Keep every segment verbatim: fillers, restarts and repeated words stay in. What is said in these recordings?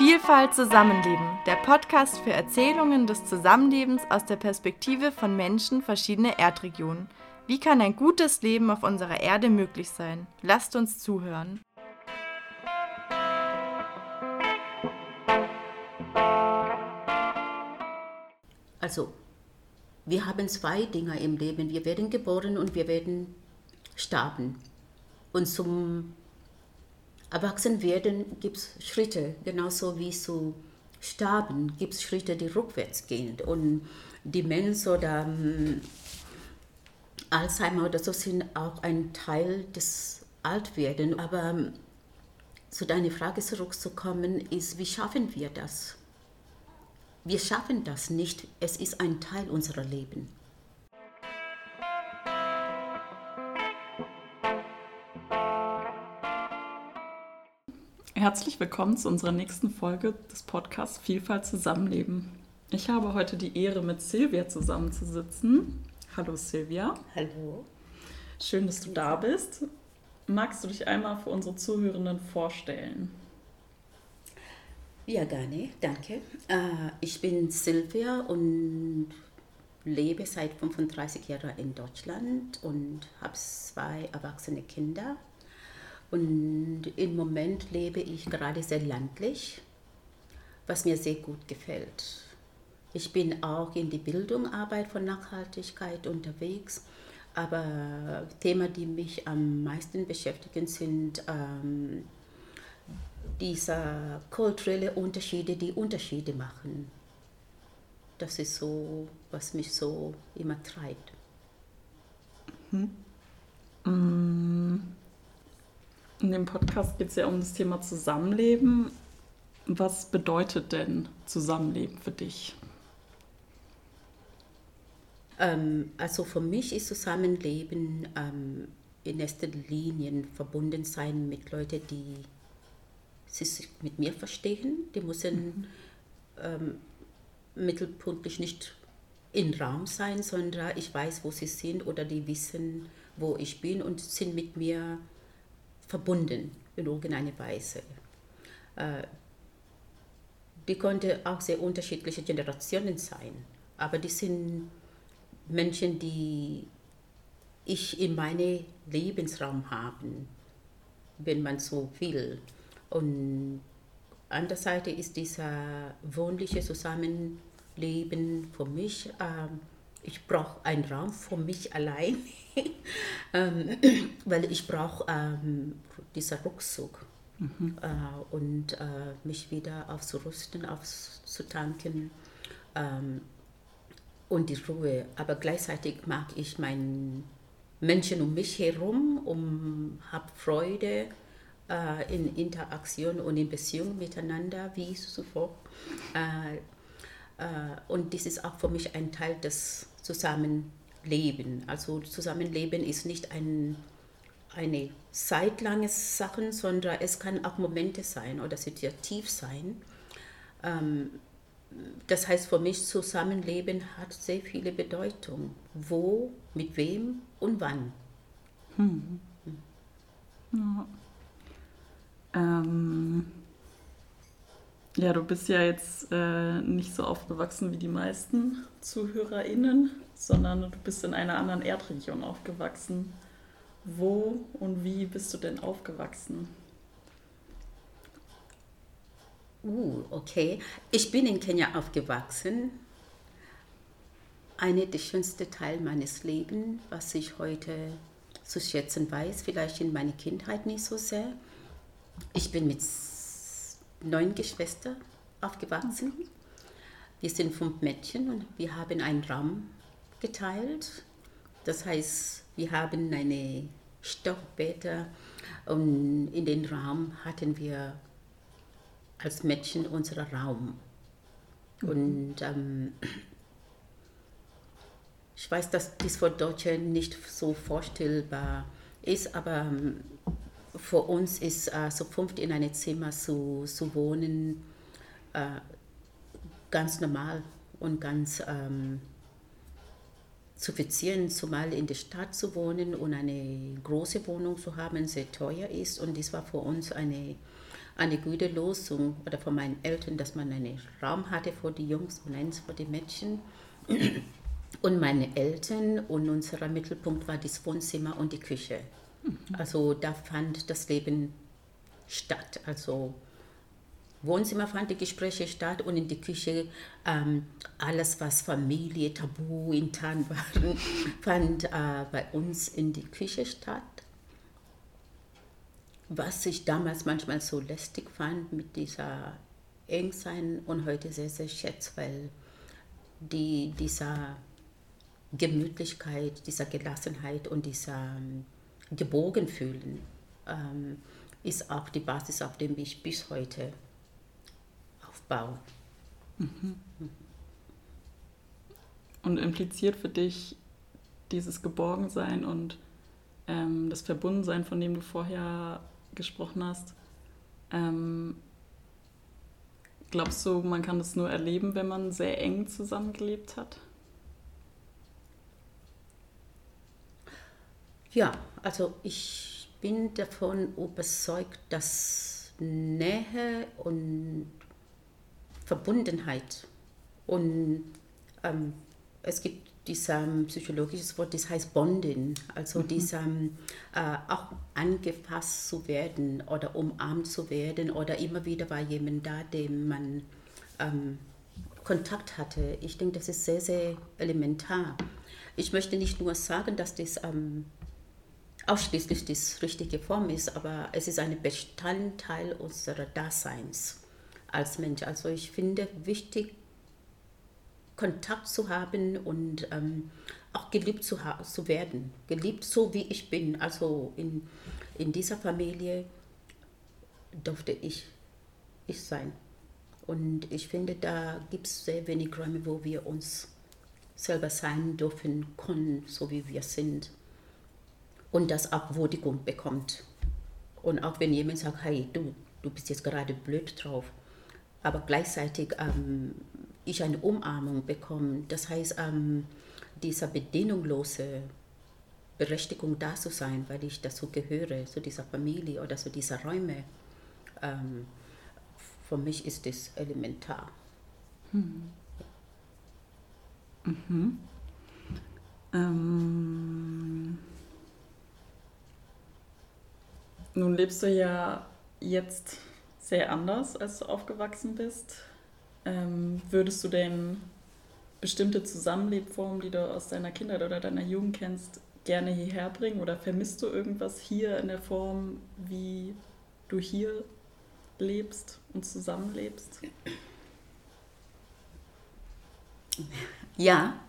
Vielfalt Zusammenleben, der Podcast für Erzählungen des Zusammenlebens aus der Perspektive von Menschen verschiedener Erdregionen. Wie kann ein gutes Leben auf unserer Erde möglich sein? Lasst uns zuhören. Also, wir haben zwei Dinge im Leben. Wir werden geboren und wir werden sterben. Und zum Erwachsenwerden gibt es Schritte, genauso wie zu sterben gibt es Schritte, die rückwärts gehen. Und Demenz oder um, Alzheimer oder so sind auch ein Teil des Altwerden. Aber um, zu deiner Frage zurückzukommen, ist, wie schaffen wir das? Wir schaffen das nicht. Es ist ein Teil unserer Leben. Herzlich willkommen zu unserer nächsten Folge des Podcasts Vielfalt Zusammenleben. Ich habe heute die Ehre, mit Silvia zusammenzusitzen. Hallo Silvia. Hallo. Schön, dass du da bist. Magst du dich einmal für unsere Zuhörenden vorstellen? Ja, gerne, danke. Ich bin Silvia und lebe seit fünfunddreißig Jahren in Deutschland und habe zwei erwachsene Kinder. Und im Moment lebe ich gerade sehr ländlich, was mir sehr gut gefällt. Ich bin auch in die Bildungsarbeit von Nachhaltigkeit unterwegs, aber Themen, die mich am meisten beschäftigen, sind ähm, diese kulturellen Unterschiede, die Unterschiede machen. Das ist so, was mich so immer treibt. Mhm. Mm. In dem Podcast geht es ja um das Thema Zusammenleben. Was bedeutet denn Zusammenleben für dich? Ähm, also für mich ist Zusammenleben ähm, in erster Linie verbunden sein mit Leuten, die sich mit mir verstehen. Die müssen mhm. ähm, mittelpunktlich nicht im Raum sein, sondern ich weiß, wo sie sind oder die wissen, wo ich bin und sind mit mir verbunden in irgendeiner Weise. Äh, die konnte auch sehr unterschiedliche Generationen sein, aber die sind Menschen, die ich in meinem Lebensraum habe, wenn man so will. Und an der Seite ist dieser wohnliche Zusammenleben für mich, äh, ich brauche einen Raum für mich allein, ähm, weil ich brauche ähm, diesen Rückzug mhm. äh, und äh, mich wieder aufzurüsten, aufzutanken ähm, und die Ruhe. Aber gleichzeitig mag ich meine Menschen um mich herum und habe Freude äh, in Interaktion und in Beziehung miteinander, wie zuvor. Äh, Und das ist auch für mich ein Teil des Zusammenlebens. Also Zusammenleben ist nicht ein, eine zeitlange Sache, sondern es kann auch Momente sein oder situativ sein. Das heißt für mich, Zusammenleben hat sehr viele Bedeutung. Wo, mit wem und wann. Hm. Ja. Ähm... Ja, du bist ja jetzt äh, nicht so aufgewachsen wie die meisten ZuhörerInnen, sondern du bist in einer anderen Erdregion aufgewachsen. Wo und wie bist du denn aufgewachsen? Uh, okay. Ich bin in Kenia aufgewachsen. Einer der schönsten Teile meines Lebens, was ich heute zu schätzen weiß, vielleicht in meiner Kindheit nicht so sehr. Ich bin mit neun Geschwister aufgewachsen. Wir sind fünf Mädchen und wir haben einen Raum geteilt. Das heißt, wir haben eine Stockbette und in den Raum hatten wir als Mädchen unseren Raum. Mhm. Und ähm, ich weiß, dass dies für Deutsche nicht so vorstellbar ist, aber ähm, für uns ist äh, so fünft in einem Zimmer zu, zu wohnen äh, ganz normal und ganz ähm, suffizient, zumal in der Stadt zu wohnen und eine große Wohnung zu haben, sehr teuer ist. Und das war für uns eine eine gute Lösung oder von meinen Eltern, dass man einen Raum hatte für die Jungs und eins für die Mädchen. Und meine Eltern und unser Mittelpunkt war das Wohnzimmer und die Küche. Mhm. Also da fand das Leben statt. Also Wohnzimmer fand die Gespräche statt und in die Küche ähm, alles, was Familie, Tabu, intern waren, fand äh, bei uns in die Küche statt. Was ich damals manchmal so lästig fand mit dieser Engsein und heute sehr, sehr schätze, weil die, dieser Gemütlichkeit, dieser Gelassenheit und dieser ähm, Geborgenfühlen ähm, ist auch die Basis, auf der ich bis heute aufbaue. Mhm. Und impliziert für dich dieses Geborgensein und ähm, das Verbundensein, von dem du vorher gesprochen hast, ähm, glaubst du, man kann das nur erleben, wenn man sehr eng zusammengelebt hat? Ja, also ich bin davon überzeugt, dass Nähe und Verbundenheit und ähm, es gibt dieses ähm, psychologisches Wort, das heißt Bonding, also mhm. dieses ähm, äh, auch angefasst zu werden oder umarmt zu werden oder immer wieder war jemand da, dem man ähm, Kontakt hatte. Ich denke, das ist sehr, sehr elementar. Ich möchte nicht nur sagen, dass das ähm, ausschließlich die richtige Form ist, aber es ist ein Bestandteil unserer Daseins als Mensch. Also ich finde wichtig, Kontakt zu haben und ähm, auch geliebt zu, ha- zu werden. Geliebt so, wie ich bin. Also in, in dieser Familie durfte ich ich sein. Und ich finde, da gibt es sehr wenig Räume, wo wir uns selber sein dürfen können, so wie wir sind. Und das auch Würdigung bekommt. Und auch wenn jemand sagt, hey, du, du bist jetzt gerade blöd drauf, aber gleichzeitig ähm, ich eine Umarmung bekomme. Das heißt, ähm, diese bedingungslose Berechtigung da zu sein, weil ich dazu gehöre, zu dieser Familie oder zu dieser Räume, ähm, für mich ist das elementar. Hm. Mhm. Ähm, nun lebst du ja jetzt sehr anders, als du aufgewachsen bist. Ähm, würdest du denn bestimmte Zusammenlebformen, die du aus deiner Kindheit oder deiner Jugend kennst, gerne hierher bringen? Oder vermisst du irgendwas hier in der Form, wie du hier lebst und zusammenlebst? Ja.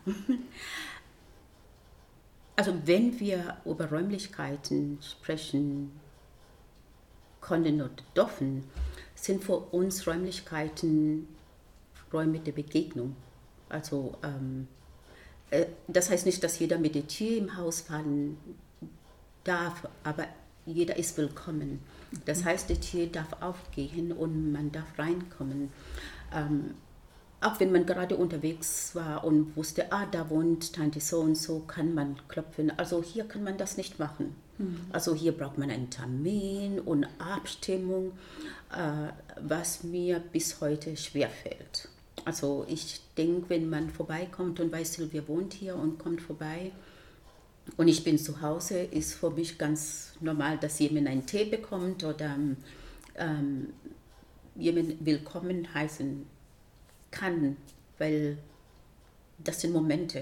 Also wenn wir über Räumlichkeiten sprechen können oder dürfen, sind für uns Räumlichkeiten Räume der Begegnung. Also ähm, äh, das heißt nicht, dass jeder mit der Tür im Haus fallen darf, aber jeder ist willkommen. Das heißt, die Tür darf aufgehen und man darf reinkommen. Ähm, auch wenn man gerade unterwegs war und wusste, ah, da wohnt Tante so und so, kann man klopfen. Also hier kann man das nicht machen. Mhm. Also hier braucht man einen Termin und Abstimmung, äh, was mir bis heute schwerfällt. Also ich denke, wenn man vorbeikommt und weiß, Silvia wohnt hier und kommt vorbei und ich bin zu Hause, ist für mich ganz normal, dass jemand einen Tee bekommt oder ähm, jemand willkommen heißen kann, weil das sind Momente.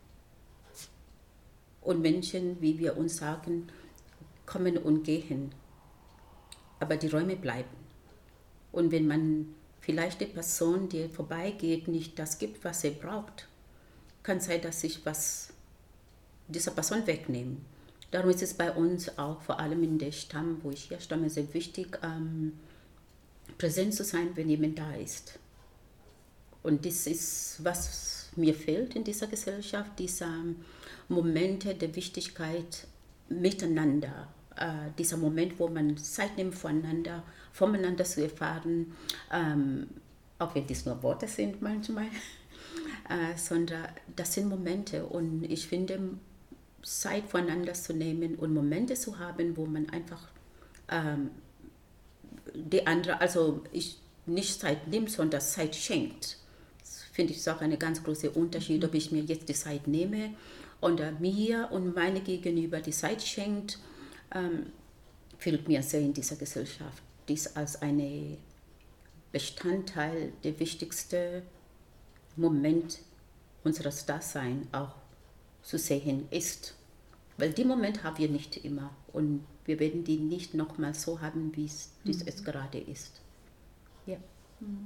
Und Menschen, wie wir uns sagen, kommen und gehen, aber die Räume bleiben. Und wenn man vielleicht die Person, die vorbeigeht, nicht das gibt, was sie braucht, kann sein, dass ich was dieser Person wegnehme. Darum ist es bei uns auch, vor allem in der Stamm, wo ich herstamme, sehr wichtig, ähm, präsent zu sein, wenn jemand da ist. Und das ist, was mir fehlt in dieser Gesellschaft, diese Momente der Wichtigkeit miteinander. Äh, dieser Moment, wo man Zeit nimmt voneinander, voneinander zu erfahren, ähm, auch wenn dies nur Worte sind manchmal, äh, sondern das sind Momente. Und ich finde, Zeit voneinander zu nehmen und Momente zu haben, wo man einfach ähm, die andere, also ich nicht Zeit nimmt, sondern Zeit schenkt. Das finde ich auch ein ganz großer Unterschied, ob ich mir jetzt die Zeit nehme oder mir und meine Gegenüber die Zeit schenkt, ähm, fehlt mir sehr in dieser Gesellschaft. Dies als ein Bestandteil, der wichtigste Moment unseres Daseins auch zu sehen ist. Weil die Moment haben wir nicht immer und wir werden die nicht nochmal so haben, wie es, mhm. es gerade ist. Ja. Mhm.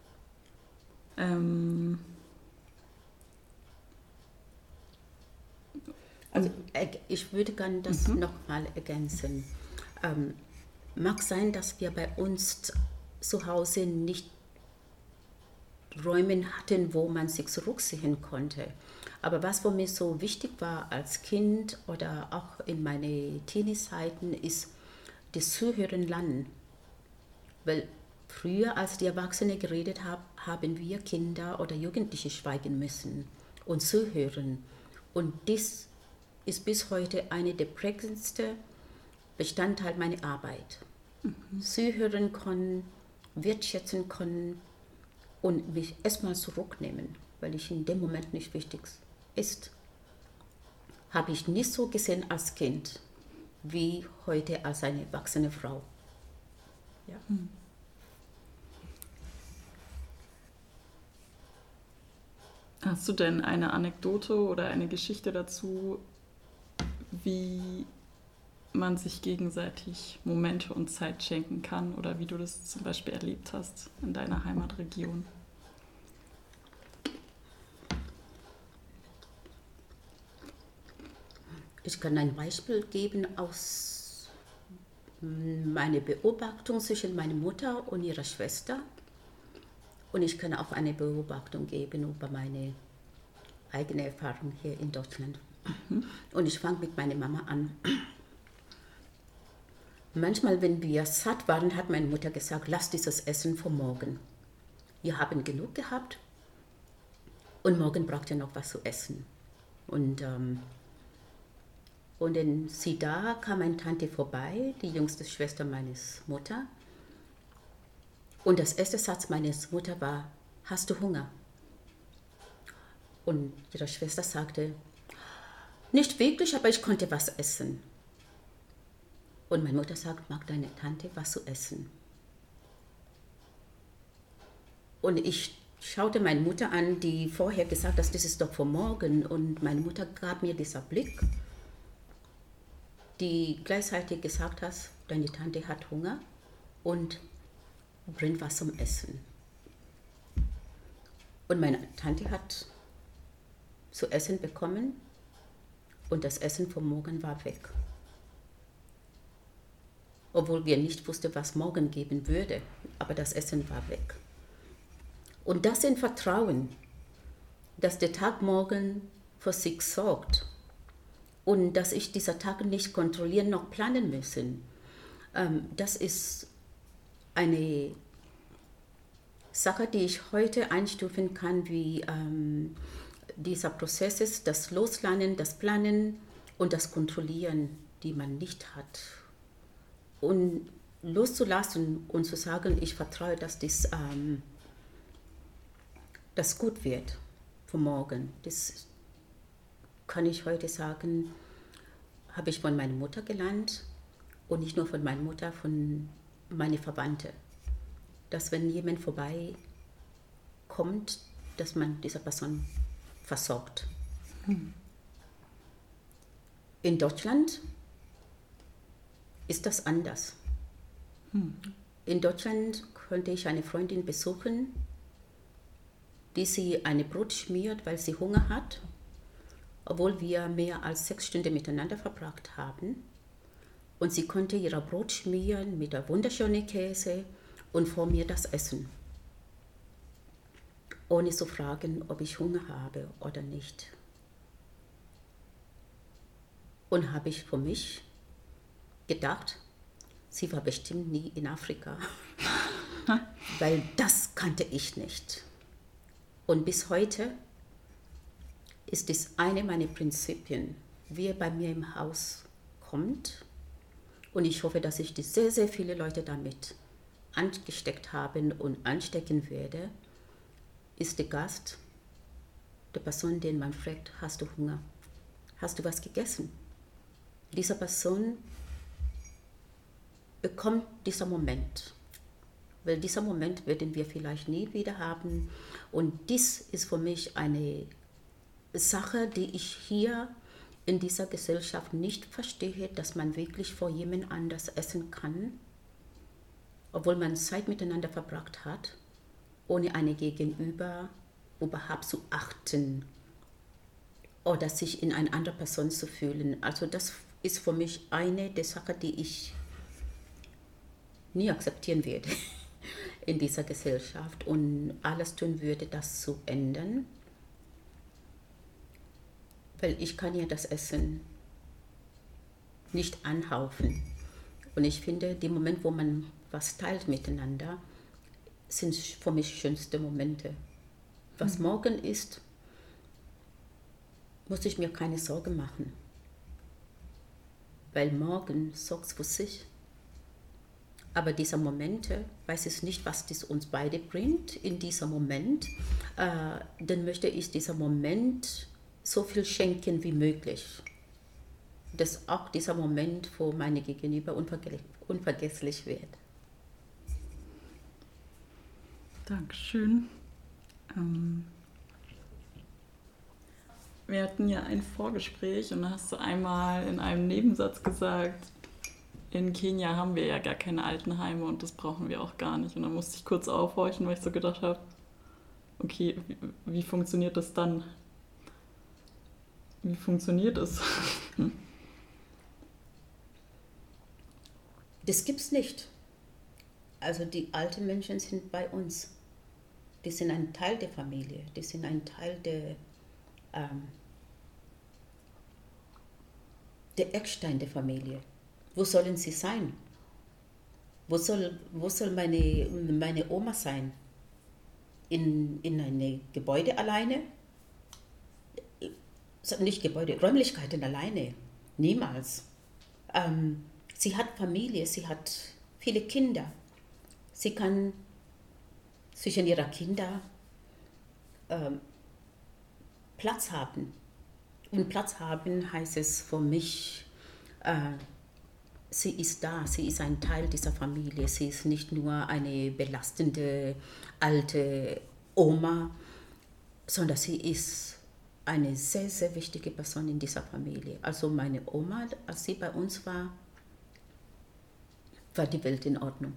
Ähm. Also ich würde gerne das mhm. nochmal ergänzen. Ähm, mag sein, dass wir bei uns zu Hause nicht Räume hatten, wo man sich zurückziehen konnte. Aber was für mich so wichtig war als Kind oder auch in meinen Teenie-Zeiten, ist das Zuhören lernen. Weil früher, als die Erwachsenen geredet haben, haben wir Kinder oder Jugendliche schweigen müssen und zuhören. Und das ist bis heute eine der prägendsten Bestandteile meiner Arbeit. Mhm. Zuhören können, wertschätzen können und mich erstmal zurücknehmen, weil ich in dem Moment nicht wichtig ist. Habe ich nicht so gesehen als Kind, wie heute als eine erwachsene Frau. Ja. Mhm. Hast du denn eine Anekdote oder eine Geschichte dazu, wie man sich gegenseitig Momente und Zeit schenken kann oder wie du das zum Beispiel erlebt hast in deiner Heimatregion? Ich kann ein Beispiel geben aus meiner Beobachtung zwischen meiner Mutter und ihrer Schwester. Und ich kann auch eine Beobachtung geben über meine eigene Erfahrung hier in Deutschland. Mhm. Und ich fange mit meiner Mama an. Manchmal, wenn wir satt waren, hat meine Mutter gesagt, lass dieses Essen für morgen. Wir haben genug gehabt und morgen braucht ihr noch was zu essen. Und, ähm, und dann sie da kam eine Tante vorbei, die jüngste Schwester meines Mutter. Und das erste Satz meines Mutter war, hast du Hunger? Und ihre Schwester sagte, nicht wirklich, aber ich konnte was essen. Und meine Mutter sagt, mag deine Tante was zu essen? Und ich schaute meine Mutter an, die vorher gesagt hat, das ist doch für morgen. Und meine Mutter gab mir dieser Blick, die gleichzeitig gesagt hat, deine Tante hat Hunger und bringt was zum Essen. Und meine Tante hat zu essen bekommen und das Essen vom Morgen war weg. Obwohl wir nicht wussten, was morgen geben würde, aber das Essen war weg. Und das in Vertrauen, dass der Tag morgen für sich sorgt und dass ich dieser Tag nicht kontrollieren noch planen müssen. Ähm, das ist eine Sache, die ich heute einstufen kann, wie ähm, dieser Prozess ist, das Loslernen, das Planen und das Kontrollieren, die man nicht hat. Und loszulassen und zu sagen, ich vertraue, dass das, ähm, das gut wird für morgen. Das kann ich heute sagen, habe ich von meiner Mutter gelernt und nicht nur von meiner Mutter, von meinen Verwandten. Dass wenn jemand vorbei kommt, dass man diese Person versorgt. Hm. In Deutschland ist das anders. Hm. In Deutschland könnte ich eine Freundin besuchen, die sie eine Brot schmiert, weil sie Hunger hat, obwohl wir mehr als sechs Stunden miteinander verbracht haben. Und sie konnte ihr Brot schmieren mit einem wunderschönen Käse und vor mir das essen, ohne zu fragen, ob ich Hunger habe oder nicht. Und habe ich für mich gedacht, sie war bestimmt nie in Afrika, weil das kannte ich nicht. Und bis heute ist es eine meiner Prinzipien, wie er bei mir im Haus kommt. Und ich hoffe, dass ich die sehr, sehr viele Leute damit angesteckt haben und anstecken werde, ist der Gast, der Person, den man fragt, hast du Hunger? Hast du was gegessen? Diese Person bekommt diesen Moment. Weil dieser Moment werden wir vielleicht nie wieder haben. Und dies ist für mich eine Sache, die ich hier in dieser Gesellschaft nicht verstehe, dass man wirklich vor jemand anders essen kann, obwohl man Zeit miteinander verbracht hat, ohne eine Gegenüber überhaupt zu achten oder sich in eine andere Person zu fühlen. Also das ist für mich eine der Sachen, die ich nie akzeptieren werde in dieser Gesellschaft und alles tun würde, das zu ändern. Weil ich kann ja das Essen nicht anhaufen. Und ich finde, die Momente, wo man was teilt miteinander, sind für mich schönste Momente. Was mhm. morgen ist, muss ich mir keine Sorgen machen. Weil morgen sorgt für sich. Aber diese Momente, weiß ich nicht, was das uns beide bringt in diesem Moment, äh, dann möchte ich dieser Moment so viel schenken wie möglich. Dass auch dieser Moment für meine Gegenüber unverge- unvergesslich wird. Dankeschön. Ähm, wir hatten ja ein Vorgespräch und da hast du einmal in einem Nebensatz gesagt, in Kenia haben wir ja gar keine Altenheime und das brauchen wir auch gar nicht. Und dann musste ich kurz aufhorchen, weil ich so gedacht habe, okay, wie, wie funktioniert das dann? Wie funktioniert es? Das gibt's nicht. Also die alten Menschen sind bei uns. Die sind ein Teil der Familie. Die sind ein Teil der, ähm, der Eckstein der Familie. Wo sollen sie sein? Wo soll, wo soll meine, meine Oma sein? In, in einem Gebäude alleine? Nicht Gebäude, Räumlichkeiten alleine. Niemals. Ähm, sie hat Familie, sie hat viele Kinder. Sie kann zwischen ihrer Kinder ähm, Platz haben. Und Platz haben heißt es für mich, äh, sie ist da, sie ist ein Teil dieser Familie. Sie ist nicht nur eine belastende alte Oma, sondern sie ist eine sehr, sehr wichtige Person in dieser Familie. Also meine Oma, als sie bei uns war, war die Welt in Ordnung.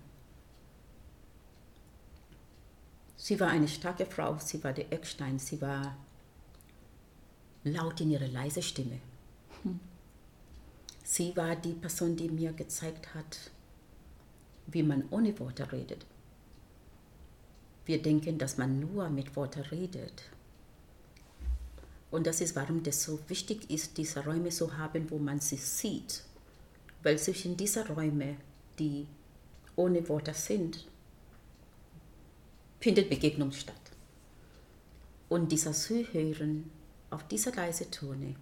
Sie war eine starke Frau, sie war der Eckstein, sie war laut in ihrer leise Stimme. Hm. Sie war die Person, die mir gezeigt hat, wie man ohne Worte redet. Wir denken, dass man nur mit Worten redet. Und das ist, warum das so wichtig ist, diese Räume zu haben, wo man sie sieht. Weil zwischen diesen Räumen, die ohne Worte sind, findet Begegnung statt. Und dieser Zuhören auf dieser leise Tone,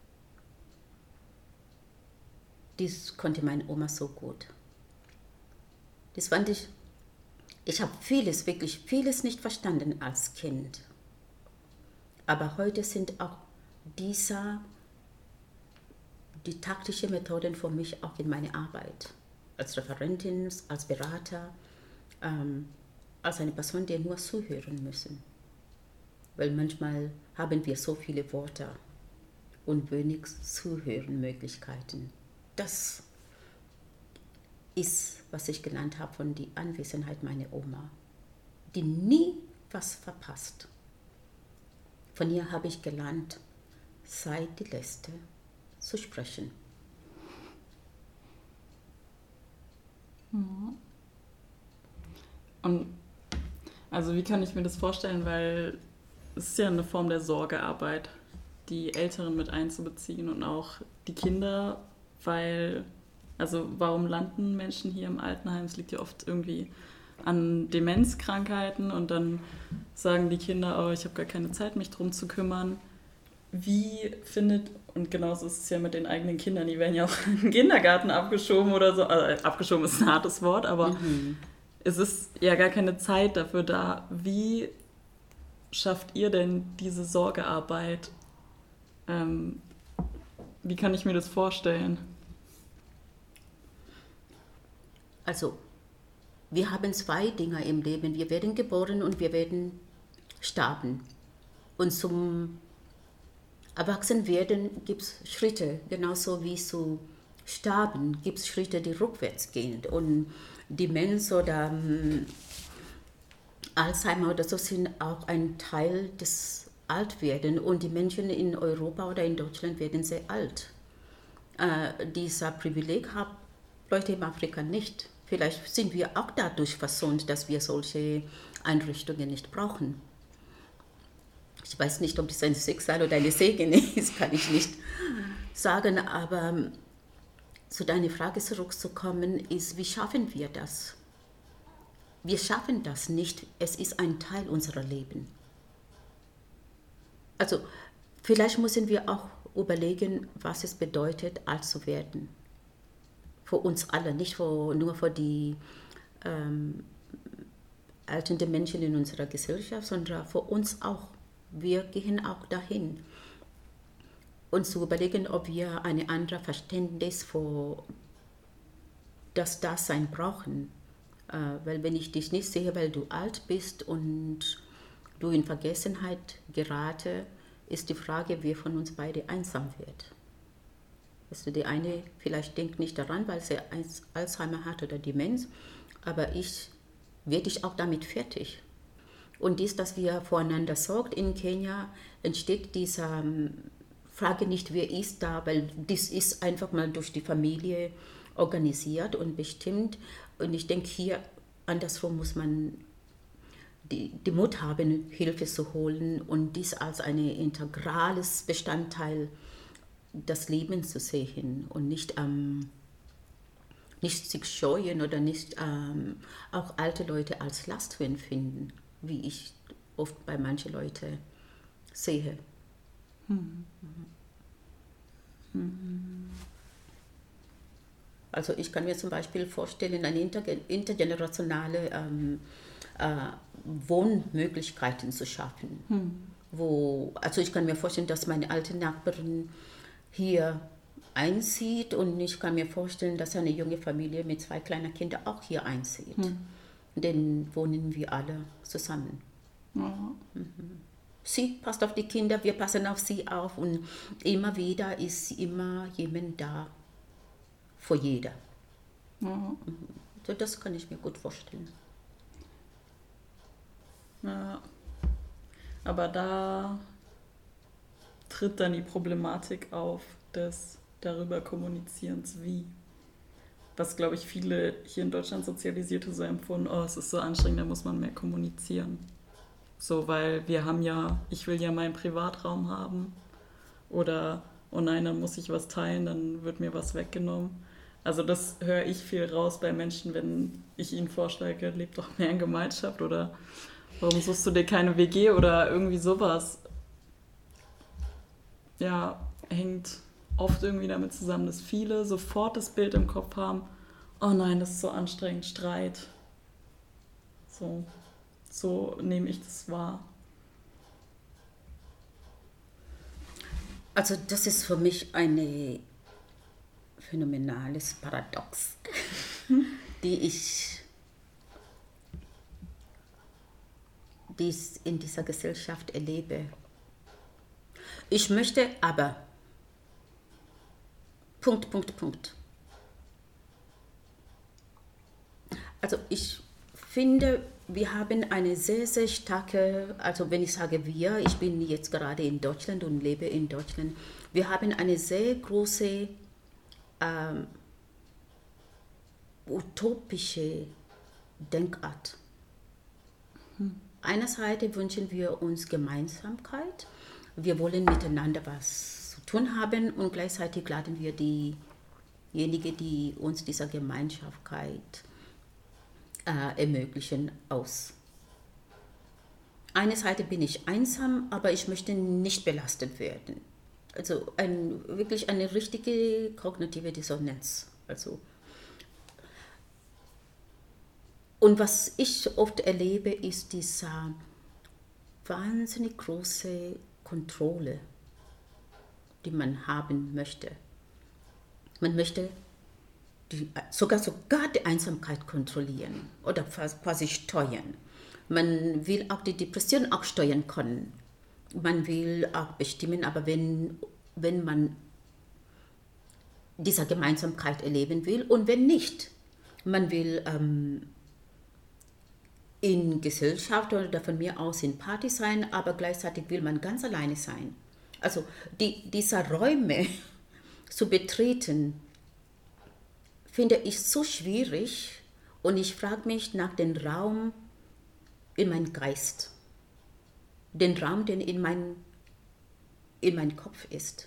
das konnte meine Oma so gut. Das fand ich, ich habe vieles, wirklich vieles nicht verstanden als Kind. Aber heute sind auch diese, die taktischen Methoden für mich auch in meiner Arbeit. Als Referentin, als Berater, ähm, als eine Person, die nur zuhören müssen. Weil manchmal haben wir so viele Worte und wenig Zuhörenmöglichkeiten. Das ist, was ich genannt habe von der Anwesenheit meiner Oma, die nie was verpasst. Von ihr habe ich gelernt, sei die Letzte zu sprechen. Und also wie kann ich mir das vorstellen, weil es ist ja eine Form der Sorgearbeit, die Älteren mit einzubeziehen und auch die Kinder, weil, also warum landen Menschen hier im Altenheim? Es liegt ja oft irgendwie an Demenzkrankheiten und dann sagen die Kinder, oh, ich habe gar keine Zeit, mich drum zu kümmern. Wie findet, und genauso ist es ja mit den eigenen Kindern, die werden ja auch in den Kindergarten abgeschoben oder so, also abgeschoben ist ein hartes Wort, aber mhm. es ist ja gar keine Zeit dafür da. Wie schafft ihr denn diese Sorgearbeit? Ähm, wie kann ich mir das vorstellen? Also, wir haben zwei Dinge im Leben. Wir werden geboren und wir werden sterben. Und zum Erwachsenwerden gibt es Schritte, genauso wie zu sterben gibt es Schritte, die rückwärts gehen. Und Demenz oder um, Alzheimer oder so sind auch ein Teil des Altwerden. Und die Menschen in Europa oder in Deutschland werden sehr alt. Äh, dieser Privileg haben Leute in Afrika nicht. Vielleicht sind wir auch dadurch versont, dass wir solche Einrichtungen nicht brauchen. Ich weiß nicht, ob das ein Schicksal oder eine Segen ist, kann ich nicht sagen, aber zu deiner Frage zurückzukommen, ist, wie schaffen wir das? Wir schaffen das nicht, es ist ein Teil unserer Leben. Also vielleicht müssen wir auch überlegen, was es bedeutet, alt zu werden. Für uns alle, nicht für, nur für die ähm, alternden Menschen in unserer Gesellschaft, sondern für uns auch. Wir gehen auch dahin, uns zu überlegen, ob wir ein anderes Verständnis für das Dasein brauchen. Äh, weil wenn ich dich nicht sehe, weil du alt bist und du in Vergessenheit gerate, ist die Frage, wer von uns beide einsam wird. Also die eine vielleicht denkt nicht daran, weil sie Alzheimer hat oder Demenz, aber ich werde ich auch damit fertig. Und dies, dass wir voreinander sorgt in Kenia, entsteht diese Frage nicht, wer ist da, weil das ist einfach mal durch die Familie organisiert und bestimmt. Und ich denke, hier andersrum muss man die, die Mut haben, Hilfe zu holen und dies als ein integrales Bestandteil des Lebens zu sehen und nicht, ähm, nicht sich scheuen oder nicht ähm, auch alte Leute als Last zu empfinden, wie ich oft bei manchen Leuten sehe. Hm. Mhm. Also ich kann mir zum Beispiel vorstellen, eine intergenerationale ähm, äh, Wohnmöglichkeiten zu schaffen. Hm. Wo, also ich kann mir vorstellen, dass meine alte Nachbarin hier einzieht und ich kann mir vorstellen, dass eine junge Familie mit zwei kleinen Kindern auch hier einzieht. Hm. Dann wohnen wir alle zusammen. Ja. Mhm. Sie passt auf die Kinder, wir passen auf sie auf und immer wieder ist immer jemand da für jeder. Ja. Mhm. So, das kann ich mir gut vorstellen. Ja. Aber da tritt dann die Problematik auf des darüber Kommunizierens wie. Was, glaube ich, viele hier in Deutschland Sozialisierte so empfunden, oh, es ist so anstrengend, da muss man mehr kommunizieren. So, weil wir haben ja, ich will ja meinen Privatraum haben oder, oh nein, dann muss ich was teilen, dann wird mir was weggenommen. Also das höre ich viel raus bei Menschen, wenn ich ihnen vorschlage, lebt doch mehr in Gemeinschaft oder warum suchst du dir keine W G oder irgendwie sowas. Ja, hängt oft irgendwie damit zusammen, dass viele sofort das Bild im Kopf haben, oh nein, das ist so anstrengend, Streit. So, so nehme ich das wahr. Also das ist für mich ein phänomenales Paradox, die ich dies in dieser Gesellschaft erlebe. Ich möchte aber Punkt, Punkt, Punkt. Also ich finde, wir haben eine sehr, sehr starke, also wenn ich sage wir, ich bin jetzt gerade in Deutschland und lebe in Deutschland, wir haben eine sehr große ähm, utopische Denkart. Hm. Einerseits wünschen wir uns Gemeinsamkeit, wir wollen miteinander was zu tun haben und gleichzeitig laden wir diejenigen, die uns diese Gemeinsamkeit äh, ermöglichen, aus. Einerseits bin ich einsam, aber ich möchte nicht belastet werden. Also ein, wirklich eine richtige kognitive Dissonanz. Also Und was ich oft erlebe, ist diese wahnsinnig große Kontrolle, die man haben möchte. Man möchte die, sogar, sogar die Einsamkeit kontrollieren oder quasi steuern. Man will auch die Depression auch steuern können. Man will auch bestimmen, aber wenn, wenn man diese Gemeinsamkeit erleben will und wenn nicht, man will ähm, in Gesellschaft oder von mir aus in Party sein, aber gleichzeitig will man ganz alleine sein. Also die, diese Räume zu betreten, finde ich so schwierig und ich frage mich nach dem Raum in meinem Geist, den Raum, der in mein, in mein Kopf ist.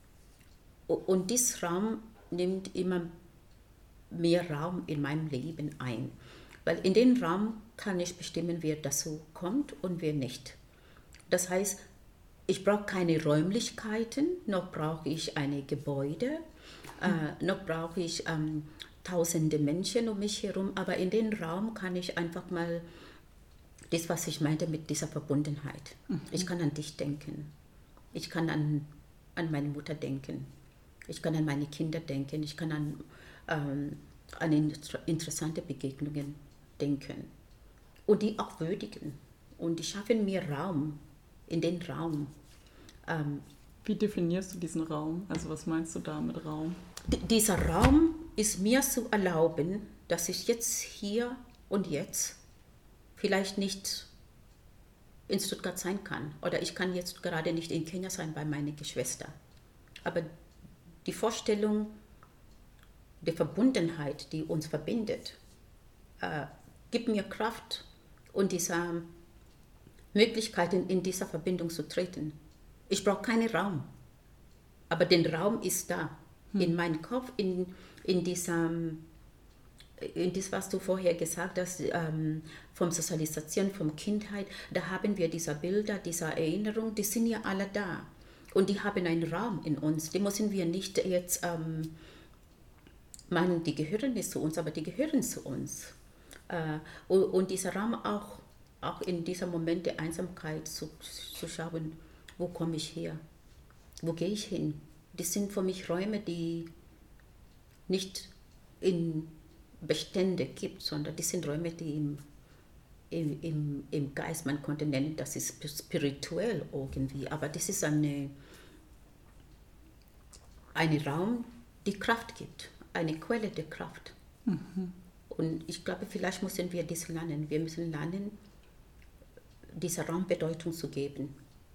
Und dieser Raum nimmt immer mehr Raum in meinem Leben ein, weil in den Raum kann ich bestimmen, wer dazu kommt und wer nicht. Das heißt, ich brauche keine Räumlichkeiten, noch brauche ich eine Gebäude, äh, noch brauche ich ähm, tausende Menschen um mich herum, aber in den Raum kann ich einfach mal das, was ich meinte mit dieser Verbundenheit. Mhm. Ich kann an dich denken, ich kann an, an meine Mutter denken, ich kann an meine Kinder denken, ich kann an, ähm, an interessante Begegnungen denken und die auch würdigen und die schaffen mir Raum in den Raum. Ähm, Wie definierst du diesen Raum? Also was meinst du da mit Raum? D- dieser Raum ist mir zu erlauben, dass ich jetzt hier und jetzt vielleicht nicht in Stuttgart sein kann oder ich kann jetzt gerade nicht in Kenia sein bei meiner Geschwister. Aber die Vorstellung der Verbundenheit, die uns verbindet, äh, gibt mir Kraft und diese Möglichkeiten, in dieser Verbindung zu treten. Ich brauche keinen Raum, aber der Raum ist da, hm. in meinem Kopf, in, in diesem, in das, was du vorher gesagt hast, ähm, vom Sozialisation, vom Kindheit, da haben wir diese Bilder, diese Erinnerungen, die sind ja alle da. Und die haben einen Raum in uns, die müssen wir nicht jetzt ähm, meinen, die gehören nicht zu uns, aber die gehören zu uns. Äh, und, und dieser Raum auch, auch in diesem Moment der Einsamkeit zu, zu schauen, wo komme ich her, wo gehe ich hin. Das sind für mich Räume, die nicht in Bestände gibt, sondern das sind Räume, die im, im, im, im Geist, man konnte nennen, das ist spirituell irgendwie, aber das ist eine, ein Raum, die Kraft gibt, eine Quelle der Kraft. Mhm. Und ich glaube, vielleicht müssen wir das lernen. Wir müssen lernen, dieser Raum Bedeutung zu geben.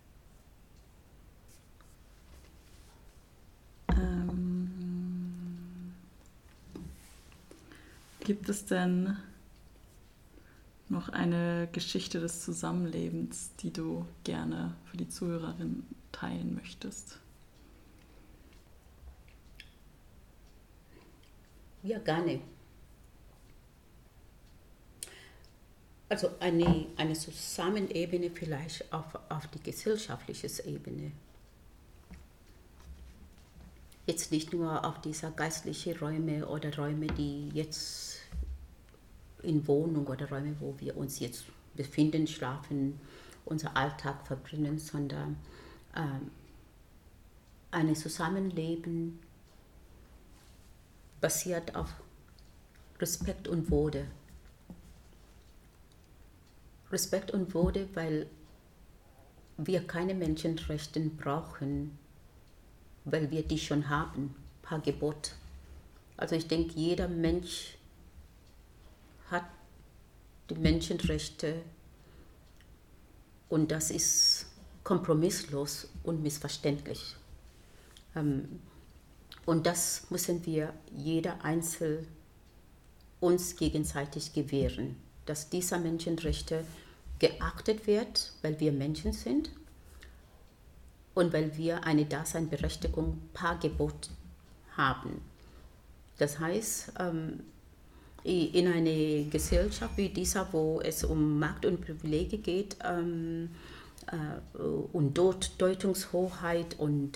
Ähm, gibt es denn noch eine Geschichte des Zusammenlebens, die du gerne für die Zuhörerin teilen möchtest? Ja, gerne. Also eine, eine Zusammenebene vielleicht auf, auf die gesellschaftliche Ebene. Jetzt nicht nur auf dieser geistlichen Räume oder Räume, die jetzt in Wohnung oder Räume, wo wir uns jetzt befinden, schlafen, unser Alltag verbringen, sondern ähm, ein Zusammenleben basiert auf Respekt und Würde. Respekt und Würde, weil wir keine Menschenrechte brauchen, weil wir die schon haben, per Gebot. Also ich denke, jeder Mensch hat die Menschenrechte und das ist kompromisslos und missverständlich. Und das müssen wir jeder Einzelne uns gegenseitig gewähren, dass diese Menschenrechte geachtet wird, weil wir Menschen sind und weil wir eine Daseinsberechtigung per Gebot haben. Das heißt, in einer Gesellschaft wie dieser, wo es um Macht und Privilegien geht und dort Deutungshoheit und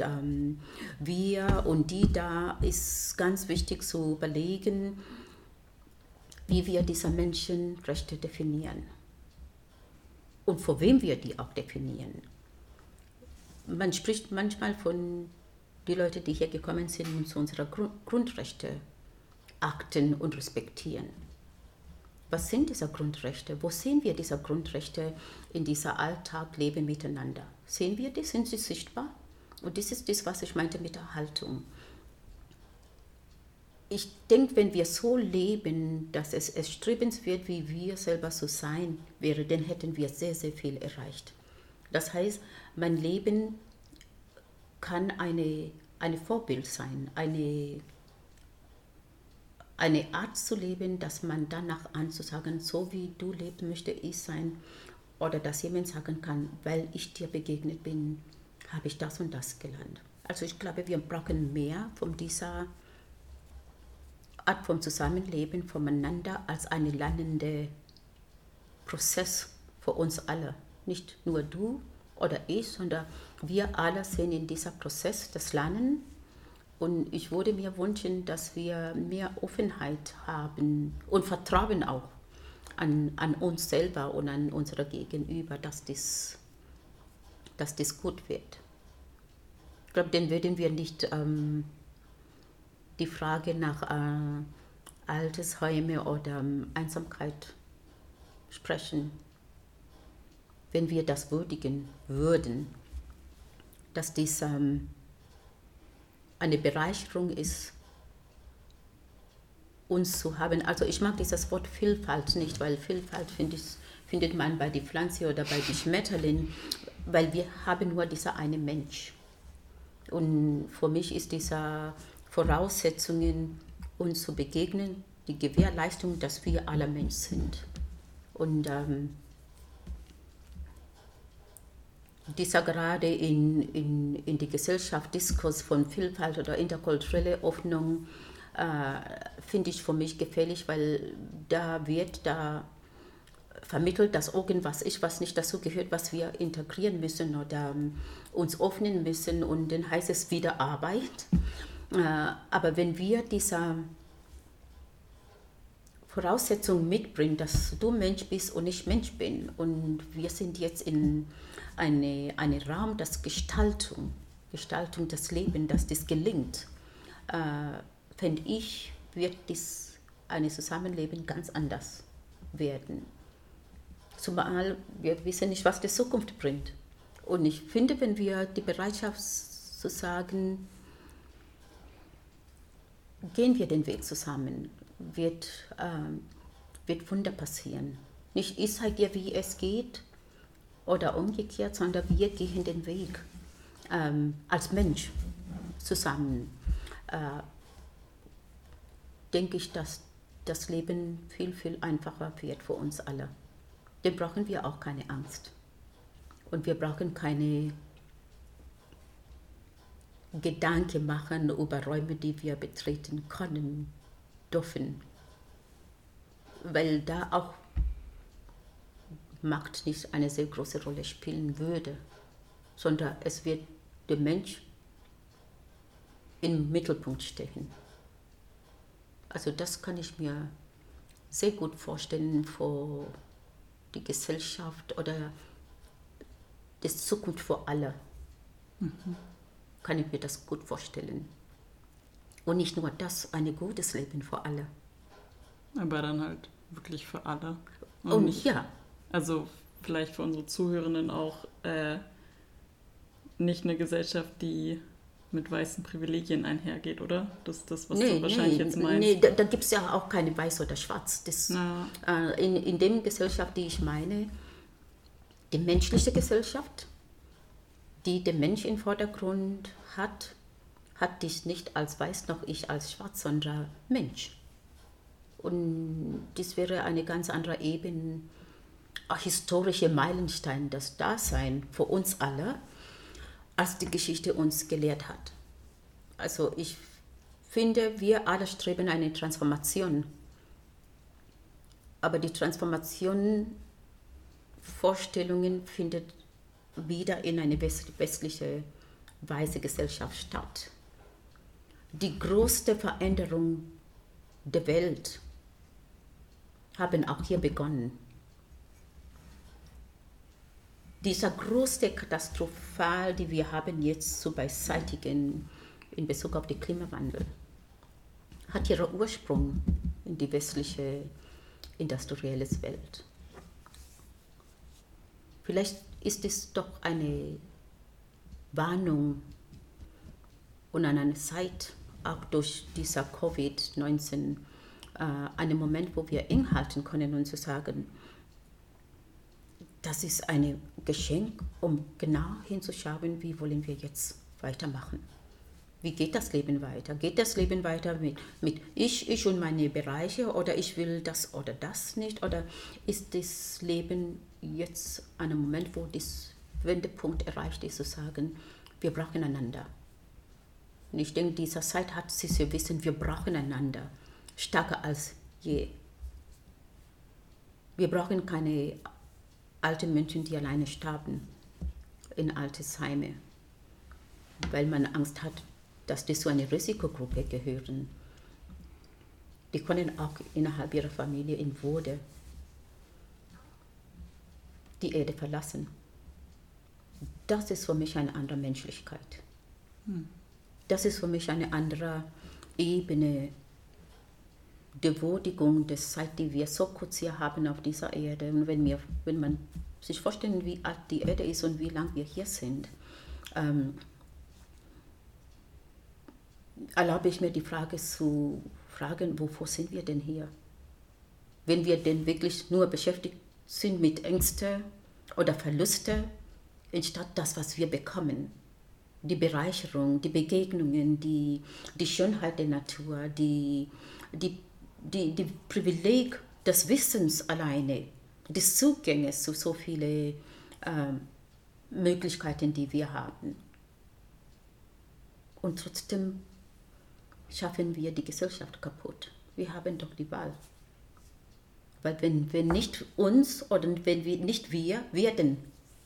wir und die da, ist ganz wichtig zu überlegen, wie wir diese Menschenrechte definieren und vor wem wir die auch definieren. Man spricht manchmal von den Leuten, die hier gekommen sind und zu unserer Grund- Grundrechte achten und respektieren. Was sind diese Grundrechte? Wo sehen wir diese Grundrechte in dieser Alltag, Leben miteinander? Sehen wir die? Sind sie sichtbar? Und das ist das, was ich meinte mit der Haltung. Ich denke, wenn wir so leben, dass es erstrebenswert, wie wir selber so sein wäre, dann hätten wir sehr, sehr viel erreicht. Das heißt, mein Leben kann eine, eine Vorbild sein, eine, eine Art zu leben, dass man danach anzusagen, so wie du lebst, möchte ich sein. Oder dass jemand sagen kann, weil ich dir begegnet bin, habe ich das und das gelernt. Also ich glaube, wir brauchen mehr von dieser Art von Zusammenleben voneinander als einen lernenden Prozess für uns alle. Nicht nur du oder ich, sondern wir alle sind in diesem Prozess des Lernens. Und ich würde mir wünschen, dass wir mehr Offenheit haben und Vertrauen auch an, an uns selber und an unsere Gegenüber, dass das, dass das gut wird. Ich glaube, dann würden wir nicht ähm, die Frage nach äh, Altersheime oder ähm, Einsamkeit sprechen, wenn wir das würdigen würden, dass dies ähm, eine Bereicherung ist, uns zu haben. Also ich mag dieses Wort Vielfalt nicht, weil Vielfalt find ich, findet man bei den Pflanzen oder bei den Schmetterlingen, weil wir haben nur dieser eine Mensch. Und für mich ist diese Voraussetzungen, uns zu begegnen, die Gewährleistung, dass wir alle Mensch sind. Und ähm, dieser gerade in, in, in die Gesellschaft Diskurs von Vielfalt oder interkulturelle Öffnung äh, finde ich für mich gefährlich, weil da wird da vermittelt, dass irgendwas ist, was nicht dazu gehört, was wir integrieren müssen oder ähm, uns öffnen müssen, und dann heißt es wieder Arbeit. Äh, aber wenn wir diese Voraussetzung mitbringen, dass du Mensch bist und ich Mensch bin, und wir sind jetzt in einem eine Raum, das Gestaltung, Gestaltung des Lebens, dass das gelingt, äh, fände ich, wird das eine Zusammenleben ganz anders werden. Zumal wir wissen nicht, was die Zukunft bringt. Und ich finde, wenn wir die Bereitschaft zu sagen, gehen wir den Weg zusammen, wird, ähm, wird Wunder passieren. Nicht ich sage dir, wie es geht oder umgekehrt, sondern wir gehen den Weg ähm, als Mensch zusammen. Äh, denke ich, dass das Leben viel, viel einfacher wird für uns alle. Dann brauchen wir auch keine Angst. Und wir brauchen keine Gedanken machen über Räume, die wir betreten können, dürfen. Weil da auch Macht nicht eine sehr große Rolle spielen würde, sondern es wird der Mensch im Mittelpunkt stehen. Also das kann ich mir sehr gut vorstellen für die Gesellschaft oder die Zukunft für alle. Mhm. Kann ich mir das gut vorstellen. Und nicht nur das, ein gutes Leben für alle. Aber dann halt wirklich für alle. Und, Und nicht, ja. Also vielleicht für unsere Zuhörenden auch äh, nicht eine Gesellschaft, die mit weißen Privilegien einhergeht, oder? Das ist das, was nee, du wahrscheinlich nee, jetzt meinst. Nee, da, da gibt es ja auch keine Weiß oder Schwarz. Das, ja. äh, in, in der Gesellschaft, die ich meine, die menschliche Gesellschaft, die den Mensch im Vordergrund hat, hat dich nicht als Weiß noch ich als Schwarz, sondern Mensch. Und das wäre eine ganz andere Ebene, ein historischer Meilenstein, das Dasein für uns alle, als die Geschichte uns gelehrt hat. Also ich finde, wir alle streben eine Transformation. Aber die Transformation, Vorstellungen findet wieder in eine westliche, weiße Gesellschaft statt. Die größte Veränderung der Welt haben auch hier begonnen. Dieser große Katastrophal, die wir haben jetzt zu beseitigen in Bezug auf den Klimawandel, hat ihren Ursprung in die westliche industrielle Welt. Vielleicht ist es doch eine Warnung und an einer Zeit, auch durch dieser Covid neunzehn, äh, einen Moment, wo wir innehalten können und zu sagen, das ist ein Geschenk, um genau hinzuschauen, wie wollen wir jetzt weitermachen. Wie geht das Leben weiter? Geht das Leben weiter mit, mit ich, ich und meine Bereiche oder ich will das oder das nicht? Oder ist das Leben jetzt an einem Moment, wo das Wendepunkt erreicht ist, zu sagen, wir brauchen einander. Und ich denke, diese Zeit hat sie zu wissen, wir brauchen einander, stärker als je. Wir brauchen keine alten Menschen, die alleine starben in Altersheime, weil man Angst hat, dass die zu einer Risikogruppe gehören. Die können auch innerhalb ihrer Familie in Würde die Erde verlassen. Das ist für mich eine andere Menschlichkeit. Hm. Das ist für mich eine andere Ebene der Würdigung der Zeit, die wir so kurz hier haben auf dieser Erde. Und wenn, wir, wenn man sich vorstellt, wie alt die Erde ist und wie lange wir hier sind, ähm, erlaube ich mir die Frage zu fragen, wovor sind wir denn hier? Wenn wir denn wirklich nur beschäftigt sind mit Ängsten oder Verlusten, anstatt das, was wir bekommen. Die Bereicherung, die Begegnungen, die, die Schönheit der Natur, die, die, die, die Privileg des Wissens alleine, des Zugangs zu so vielen äh, Möglichkeiten, die wir haben. Und trotzdem schaffen wir die Gesellschaft kaputt. Wir haben doch die Wahl. Weil wenn, wenn nicht uns oder wenn wir nicht wir werden,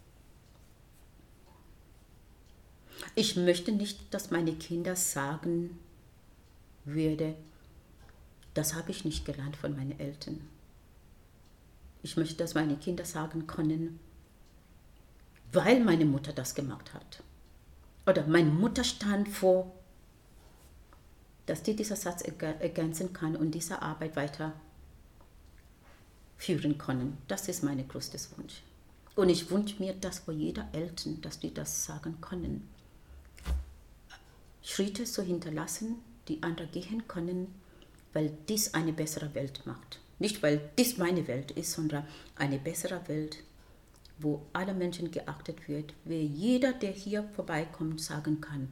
ich möchte nicht, dass meine Kinder sagen würde, das habe ich nicht gelernt von meinen Eltern. Ich möchte, dass meine Kinder sagen können, weil meine Mutter das gemacht hat. Oder meine Mutter stand vor, dass die diesen Satz ergänzen kann und diese Arbeit weiter führen können. Das ist mein größtes Wunsch. Und ich wünsche mir das für jeder Eltern, dass die das sagen können. Schritte zu hinterlassen, die andere gehen können, weil dies eine bessere Welt macht. Nicht, weil dies meine Welt ist, sondern eine bessere Welt, wo alle Menschen geachtet wird, wo jeder, der hier vorbeikommt, sagen kann,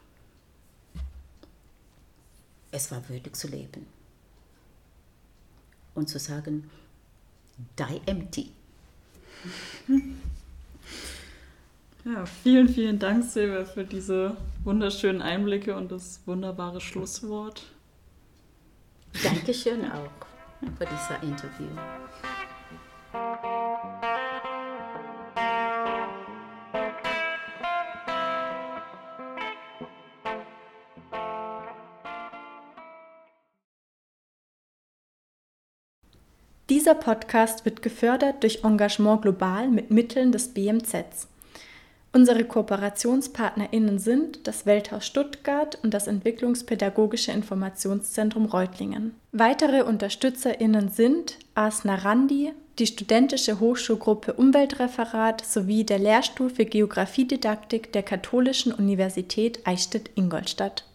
es war würdig zu leben. Und zu sagen, die empty. Ja, vielen, vielen Dank, Silvia, für diese wunderschönen Einblicke und das wunderbare Schlusswort. Dankeschön auch für dieses Interview. Dieser Podcast wird gefördert durch Engagement Global mit Mitteln des B M Zs. Unsere KooperationspartnerInnen sind das Welthaus Stuttgart und das Entwicklungspädagogische Informationszentrum Reutlingen. Weitere UnterstützerInnen sind Asna Randi, die Studentische Hochschulgruppe Umweltreferat sowie der Lehrstuhl für Geographiedidaktik der Katholischen Universität Eichstätt-Ingolstadt.